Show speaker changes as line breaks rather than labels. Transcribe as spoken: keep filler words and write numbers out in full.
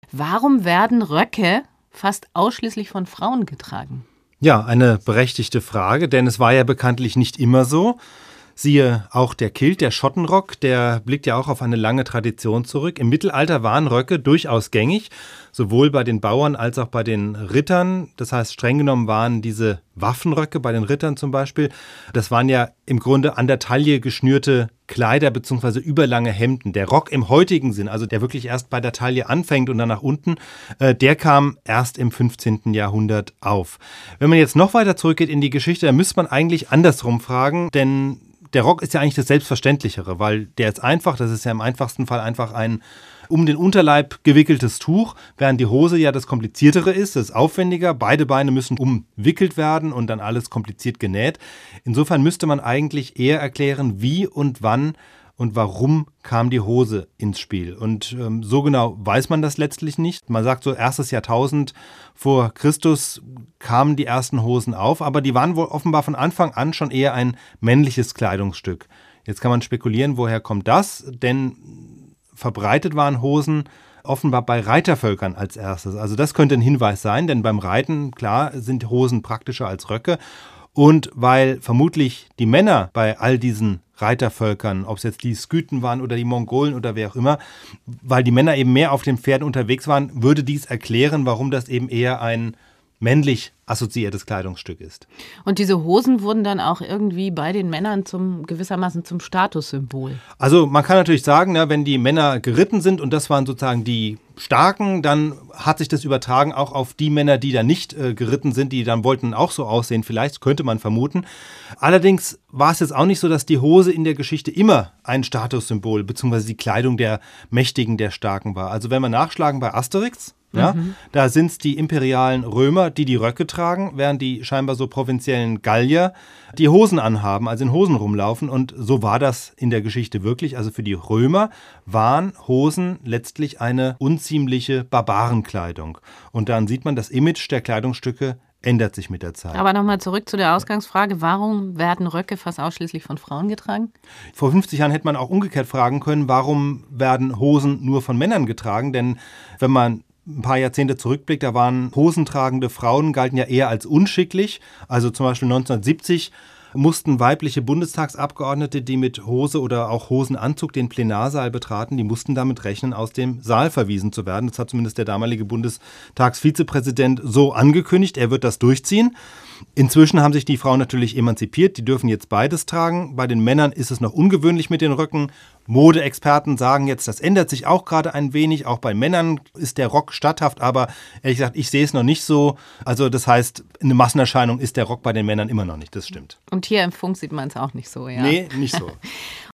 Warum werden Röcke fast ausschließlich von Frauen getragen?
Ja, eine berechtigte Frage, denn es war ja bekanntlich nicht immer so. Siehe auch der Kilt, der Schottenrock, der blickt ja auch auf eine lange Tradition zurück. Im Mittelalter waren Röcke durchaus gängig, sowohl bei den Bauern als auch bei den Rittern. Das heißt, streng genommen waren diese Waffenröcke bei den Rittern zum Beispiel, das waren ja im Grunde an der Taille geschnürte Kleider bzw. überlange Hemden. Der Rock im heutigen Sinn, also der wirklich erst bei der Taille anfängt und dann nach unten, äh, der kam erst im fünfzehnten Jahrhundert auf. Wenn man jetzt noch weiter zurückgeht in die Geschichte, dann müsste man eigentlich andersrum fragen, denn der Rock ist ja eigentlich das Selbstverständlichere, weil der ist einfach, das ist ja im einfachsten Fall einfach ein um den Unterleib gewickeltes Tuch, während die Hose ja das Kompliziertere ist, das ist aufwendiger, beide Beine müssen umwickelt werden und dann alles kompliziert genäht. Insofern müsste man eigentlich eher erklären, wie und wann und warum kam die Hose ins Spiel. Und ähm, so genau weiß man das letztlich nicht. Man sagt so, erstes Jahrtausend vor Christus kamen die ersten Hosen auf, aber die waren wohl offenbar von Anfang an schon eher ein männliches Kleidungsstück. Jetzt kann man spekulieren, woher kommt das, denn verbreitet waren Hosen offenbar bei Reitervölkern als erstes. Also das könnte ein Hinweis sein, denn beim Reiten, klar, sind Hosen praktischer als Röcke. Und weil vermutlich die Männer bei all diesen Reitervölkern, ob es jetzt die Skythen waren oder die Mongolen oder wer auch immer, weil die Männer eben mehr auf den Pferden unterwegs waren, würde dies erklären, warum das eben eher ein männlich assoziiertes Kleidungsstück ist.
Und diese Hosen wurden dann auch irgendwie bei den Männern zum gewissermaßen zum Statussymbol.
Also man kann natürlich sagen, na, wenn die Männer geritten sind und das waren sozusagen die Starken, dann hat sich das übertragen auch auf die Männer, die da nicht äh, geritten sind, die dann wollten auch so aussehen, vielleicht könnte man vermuten. Allerdings war es jetzt auch nicht so, dass die Hose in der Geschichte immer ein Statussymbol bzw. die Kleidung der Mächtigen, der Starken war. Also wenn wir nachschlagen bei Asterix, ja, mhm. da sind es die imperialen Römer, die die Röcke tragen, während die scheinbar so provinziellen Gallier die Hosen anhaben, also in Hosen rumlaufen. Und so war das in der Geschichte wirklich. Also für die Römer waren Hosen letztlich eine unziemliche Barbarenkleidung. Und dann sieht man, das Image der Kleidungsstücke ändert sich mit der Zeit.
Aber nochmal zurück zu der Ausgangsfrage, warum werden Röcke fast ausschließlich von Frauen getragen?
Vor fünfzig Jahren hätte man auch umgekehrt fragen können, warum werden Hosen nur von Männern getragen? Denn wenn man ein paar Jahrzehnte zurückblickt, da waren hosentragende Frauen, galten ja eher als unschicklich. Also zum Beispiel neunzehnhundertsiebzig mussten weibliche Bundestagsabgeordnete, die mit Hose oder auch Hosenanzug den Plenarsaal betraten, die mussten damit rechnen, aus dem Saal verwiesen zu werden. Das hat zumindest der damalige Bundestagsvizepräsident so angekündigt, er wird das durchziehen. Inzwischen haben sich die Frauen natürlich emanzipiert, die dürfen jetzt beides tragen. Bei den Männern ist es noch ungewöhnlich mit den Röcken. Modeexperten sagen jetzt, das ändert sich auch gerade ein wenig. Auch bei Männern ist der Rock statthaft, aber ehrlich gesagt, ich sehe es noch nicht so. Also das heißt, eine Massenerscheinung ist der Rock bei den Männern immer noch nicht, das stimmt.
Und hier im Funk sieht man es auch nicht so, ja?
Nee, nicht so.